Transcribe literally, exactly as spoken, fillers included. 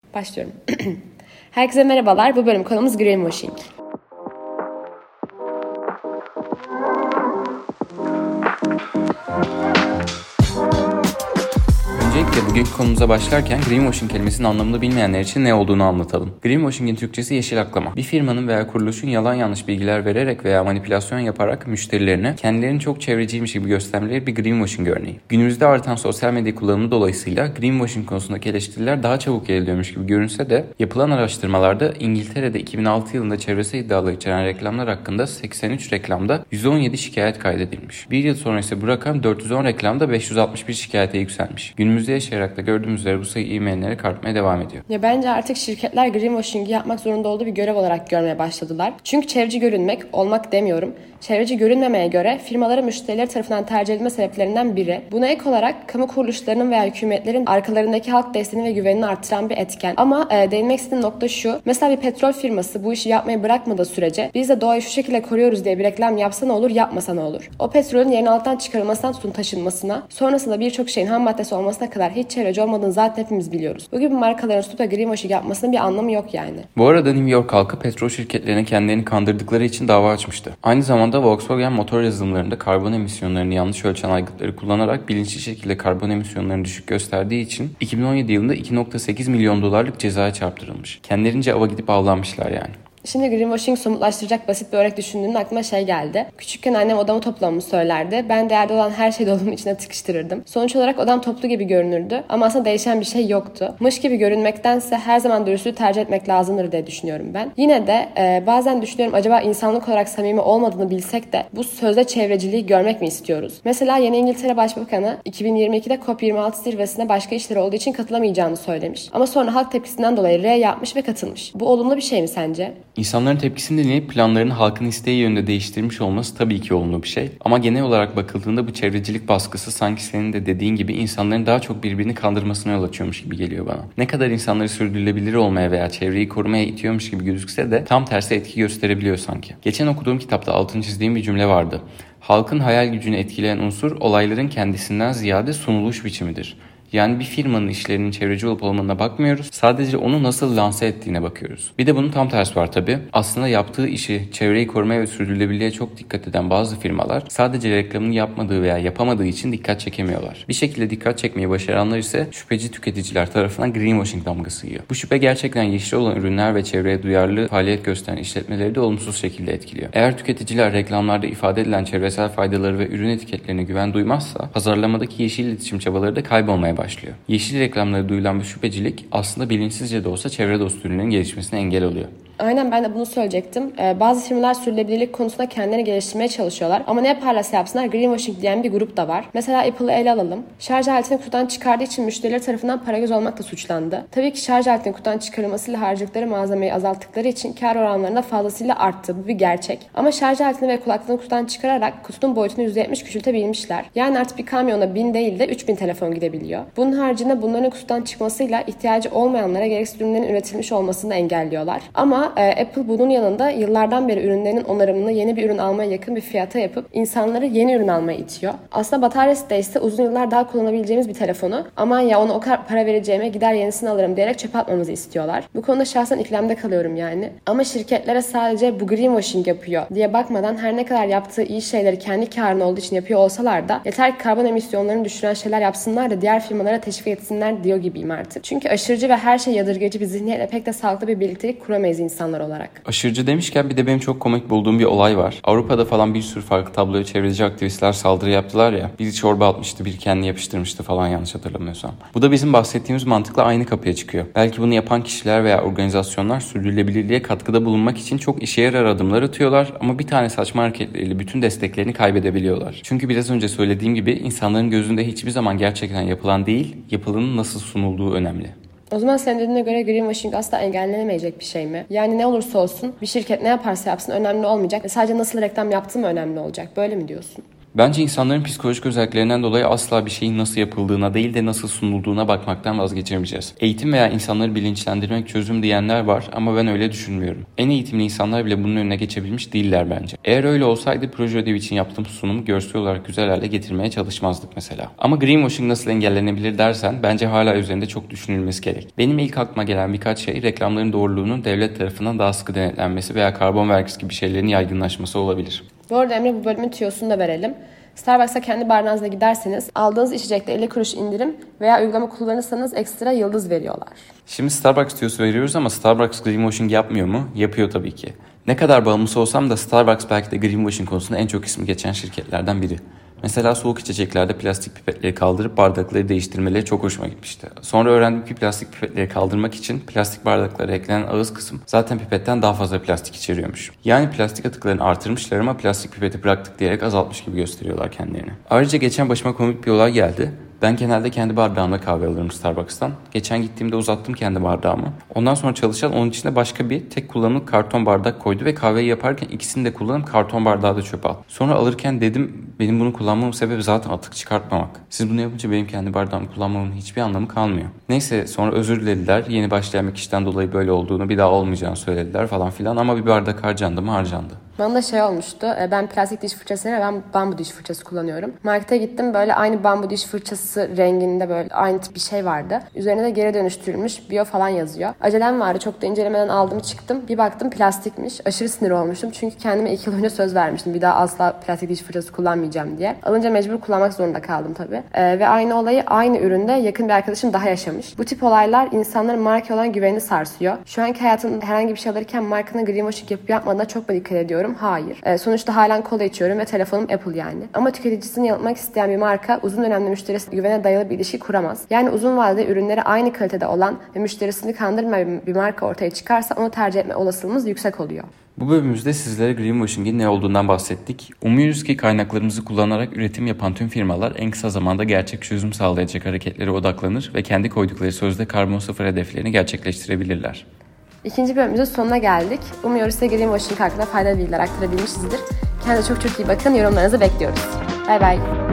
Başlıyorum. Herkese merhabalar. Bu bölüm konumuz greenwashing. Öncelikle bugünkü konumuza başlarken greenwashing kelimesinin anlamını bilmeyenler için ne olduğunu anlatalım. Greenwashing'in Türkçesi yeşil aklama. Bir firmanın veya kuruluşun yalan yanlış bilgiler vererek veya manipülasyon yaparak müşterilerine kendilerini çok çevreciymiş gibi göstermeleri bir greenwashing örneği. Günümüzde artan sosyal medya kullanımı dolayısıyla greenwashing konusundaki eleştiriler daha çabuk yayılıyormuş gibi görünse de yapılan araştırmalarda İngiltere'de iki bin altı yılında çevresel iddiaları içeren reklamlar hakkında seksen üç reklamda yüz on yedi şikayet kaydedilmiş. Bir yıl sonra ise bu rakam dört yüz on reklamda beş yüz altmış bir şikayete yükselmiş. Günümüzde yaşayarak da gördüğümüz üzere bu sayı ivmelenerek artmaya devam ediyor. Ya bence artık şirketler greenwashing'i yapmak zorunda olduğu bir görev olarak görmeye başladılar. Çünkü çevreci görünmek, olmak demiyorum, çevreci görünmemeye göre firmaların müşterileri tarafından tercih edilme sebeplerinden biri. Buna ek olarak kamu kuruluşlarının veya hükümetlerin arkalarındaki halk desteğini ve güvenini artıran bir etken. Ama e, değinmek istediğim nokta şu. Mesela bir petrol firması bu işi yapmayı bırakmadığı sürece biz de doğayı şu şekilde koruyoruz diye bir reklam yapsa ne olur, yapmasa ne olur? O petrolün yerin alttan çıkarılmasından tutun taşınmasına, sonrasında birçok şeyin ham maddesi olmasına kadar hiç çevreci olmadığını zaten hepimiz biliyoruz. Bu gibi markaların tutup da greenwashing yapmasının bir anlamı yok yani. Bu arada New York halkı petrol şirketlerine kendilerini kandırdıkları için dava açmıştı. Aynı zamanda Volkswagen motor yazılımlarında karbon emisyonlarını yanlış ölçen aygıtları kullanarak bilinçli şekilde karbon emisyonlarını düşük gösterdiği için iki bin on yedi yılında iki virgül sekiz milyon dolarlık cezaya çarptırılmış. Kendilerince ava gidip avlanmışlar yani. Şimdi greenwashing somutlaştıracak basit bir örnek düşündüğümde aklıma şey geldi. Küçükken annem odamı toplamamı söylerdi. Ben değerli olan her şeyi dolabımın içine tıkıştırırdım. Sonuç olarak odam toplu gibi görünürdü ama aslında değişen bir şey yoktu. Mış gibi görünmektense her zaman dürüstlüğü tercih etmek lazımdır diye düşünüyorum ben. Yine de e, bazen düşünüyorum acaba insanlık olarak samimi olmadığını bilsek de bu sözde çevreciliği görmek mi istiyoruz? Mesela yeni İngiltere Başbakanı iki bin yirmi ikide COP yirmi altı zirvesine başka işleri olduğu için katılamayacağını söylemiş. Ama sonra halk tepkisinden dolayı R yapmış ve katılmış. Bu olumlu bir şey mi sence? İnsanların tepkisini dinleyip planlarını halkın isteği yönünde değiştirmiş olması tabii ki olumlu bir şey. Ama genel olarak bakıldığında bu çevrecilik baskısı sanki senin de dediğin gibi insanların daha çok birbirini kandırmasına yol açıyormuş gibi geliyor bana. Ne kadar insanları sürdürülebilir olmaya veya çevreyi korumaya itiyormuş gibi gözükse de tam tersi etki gösterebiliyor sanki. Geçen okuduğum kitapta altını çizdiğim bir cümle vardı. Halkın hayal gücünü etkileyen unsur olayların kendisinden ziyade sunuluş biçimidir. Yani bir firmanın işlerinin çevreci olup olmadığına bakmıyoruz. Sadece onu nasıl lanse ettiğine bakıyoruz. Bir de bunun tam tersi var tabii. Aslında yaptığı işi çevreyi korumaya ve sürdürülebilirliğe çok dikkat eden bazı firmalar sadece reklamını yapmadığı veya yapamadığı için dikkat çekemiyorlar. Bir şekilde dikkat çekmeyi başaranlar ise şüpheci tüketiciler tarafından greenwashing damgası yiyor. Bu şüphe gerçekten yeşil olan ürünler ve çevreye duyarlı faaliyet gösteren işletmeleri de olumsuz şekilde etkiliyor. Eğer tüketiciler reklamlarda ifade edilen çevresel faydaları ve ürün etiketlerine güven duymazsa pazarlamadaki yeşil iletişim çabaları da kaybolmaya başlıyor. Yeşil reklamları duyulan bu şüphecilik aslında bilinçsizce de olsa çevre dostu ürünlerin gelişmesine engel oluyor. Aynen, ben de bunu söyleyecektim. Ee, bazı firmalar sürdürülebilirlik konusunda kendilerini geliştirmeye çalışıyorlar. Ama ne yaparlarsa yapsınlar greenwashing diyen bir grup da var. Mesela Apple'ı ele alalım. Şarj aletini kutudan çıkardığı için müşteriler tarafından para göz olmakla suçlandı. Tabii ki şarj aletinin kutudan çıkarılmasıyla harcadıkları malzemeyi azalttıkları için kar oranlarında da fazlasıyla arttı. Bu bir gerçek. Ama şarj aletini ve kulaklığını kutudan çıkararak kutunun boyutunu yüzde yetmiş küçültebilmişler. Yani artık bir kamyona bin değil de üç bin telefon gidebiliyor. Bunun haricinde bunların kutudan çıkmasıyla ihtiyacı olmayanlara gereksiz ürünlerin üretilmiş olmasını da engelliyorlar. Ama Apple bunun yanında yıllardan beri ürünlerinin onarımını yeni bir ürün almaya yakın bir fiyata yapıp insanları yeni ürün almaya itiyor. Aslında bataryası değişse uzun yıllar daha kullanabileceğimiz bir telefonu aman ya ona o kadar para vereceğime gider yenisini alırım diyerek çöpe atmamızı istiyorlar. Bu konuda şahsen ikilemde kalıyorum yani. Ama şirketlere sadece bu greenwashing yapıyor diye bakmadan her ne kadar yaptığı iyi şeyleri kendi karını olduğu için yapıyor olsalar da yeter ki karbon emisyonlarını düşüren şeyler yapsınlar da diğer firmalara teşvik etsinler diyor gibiyim artık. Çünkü aşırıcı ve her şey yadırgacı bir zihniyetle pek de sağlıklı bir birliktelik kuramayız insanlar olarak. Aşırıcı demişken bir de benim çok komik bulduğum bir olay var. Avrupa'da falan bir sürü farklı tabloya çevreci aktivistler saldırı yaptılar ya. Biri çorba atmıştı, biri kendini yapıştırmıştı falan yanlış hatırlamıyorsam. Bu da bizim bahsettiğimiz mantıkla aynı kapıya çıkıyor. Belki bunu yapan kişiler veya organizasyonlar sürdürülebilirliğe katkıda bulunmak için çok işe yarar adımlar atıyorlar ama bir tane saçma hareketleriyle bütün desteklerini kaybedebiliyorlar. Çünkü biraz önce söylediğim gibi insanların gözünde hiçbir zaman gerçekten yapılan değil, yapılanın nasıl sunulduğu önemli. O zaman senin dediğine göre greenwashing asla engellenemeyecek bir şey mi? Yani ne olursa olsun bir şirket ne yaparsa yapsın önemli olmayacak ve sadece nasıl reklam yaptığı mı önemli olacak? Böyle mi diyorsun? Bence insanların psikolojik özelliklerinden dolayı asla bir şeyin nasıl yapıldığına değil de nasıl sunulduğuna bakmaktan vazgeçemeyeceğiz. Eğitim veya insanları bilinçlendirmek çözüm diyenler var ama ben öyle düşünmüyorum. En eğitimli insanlar bile bunun önüne geçebilmiş değiller bence. Eğer öyle olsaydı proje ödevi için yaptığım sunumu görsel olarak güzel hale getirmeye çalışmazdık mesela. Ama greenwashing nasıl engellenebilir dersen bence hala üzerinde çok düşünülmesi gerek. Benim ilk aklıma gelen birkaç şey reklamların doğruluğunun devlet tarafından daha sıkı denetlenmesi veya karbon vergisi gibi şeylerin yaygınlaşması olabilir. Bu arada Emre, bu bölümün tüyosunu da verelim. Starbucks'a kendi bardağınızla giderseniz aldığınız içecekte elli kuruş indirim veya uygulama kullanırsanız ekstra yıldız veriyorlar. Şimdi Starbucks tüyosu veriyoruz ama Starbucks greenwashing yapmıyor mu? Yapıyor tabii ki. Ne kadar bağımlısı olsam da Starbucks belki de greenwashing konusunda en çok ismi geçen şirketlerden biri. Mesela soğuk içeceklerde plastik pipetleri kaldırıp bardakları değiştirmeleri çok hoşuma gitmişti. Sonra öğrendim ki plastik pipetleri kaldırmak için plastik bardaklara eklenen ağız kısım zaten pipetten daha fazla plastik içeriyormuş. Yani plastik atıklarını artırmışlar ama plastik pipeti bıraktık diyerek azaltmış gibi gösteriyorlar kendilerini. Ayrıca geçen başıma komik bir olay geldi. Ben genelde kendi bardağımla kahve alırım Starbucks'tan. Geçen gittiğimde uzattım kendi bardağımı. Ondan sonra çalışan onun içine başka bir tek kullanımlık karton bardak koydu ve kahveyi yaparken ikisini de kullanıp karton bardağı da çöpe attı. Sonra alırken dedim benim bunu kullanmamın sebebi zaten atık çıkartmamak. Siz bunu yapınca benim kendi bardağımı kullanmamın hiçbir anlamı kalmıyor. Neyse sonra özür dilediler. Yeni başlayan bir kişiden dolayı böyle olduğunu, bir daha olmayacağını söylediler falan filan ama bir bardak harcandı mı harcandı. Bana da şey olmuştu. Ben plastik diş fırçası yerine ben bambu diş fırçası kullanıyorum. Markete gittim, böyle aynı bambu diş fırçası renginde böyle aynı tip bir şey vardı. Üzerine de geri dönüştürülmüş biyo falan yazıyor. Acelem vardı, çok da incelemeden aldım çıktım. Bir baktım plastikmiş. Aşırı sinir olmuştum çünkü kendime iki yıl önce söz vermiştim. Bir daha asla plastik diş fırçası kullanmayacağım diye. Alınca mecbur kullanmak zorunda kaldım tabii. Ee, ve aynı olayı aynı üründe yakın bir arkadaşım daha yaşamış. Bu tip olaylar insanların marka olan güvenini sarsıyor. Şu anki hayatımda herhangi bir şey alırken markanın greenwashing yapıp yapmadığına çok da dikkat ediyorum. Hayır. Ee, sonuçta halen kola içiyorum ve telefonum Apple yani. Ama tüketicisini yanıltmak isteyen bir marka uzun dönemde müşterisi güvene dayalı bir ilişki kuramaz. Yani uzun vadede ürünleri aynı kalitede olan ve müşterisini kandırmayan bir marka ortaya çıkarsa onu tercih etme olasılığımız yüksek oluyor. Bu bölümümüzde sizlere greenwashing'in ne olduğundan bahsettik. Umuyoruz ki kaynaklarımızı kullanarak üretim yapan tüm firmalar en kısa zamanda gerçek çözüm sağlayacak hareketlere odaklanır ve kendi koydukları sözde karbon sıfır hedeflerini gerçekleştirebilirler. İkinci bölümümüzün sonuna geldik. Umuyoruz size greenwashing hakkında faydalı bilgiler aktarabilmişizdir. Kendinize çok çok iyi bakın. Yorumlarınızı bekliyoruz. Bay bay.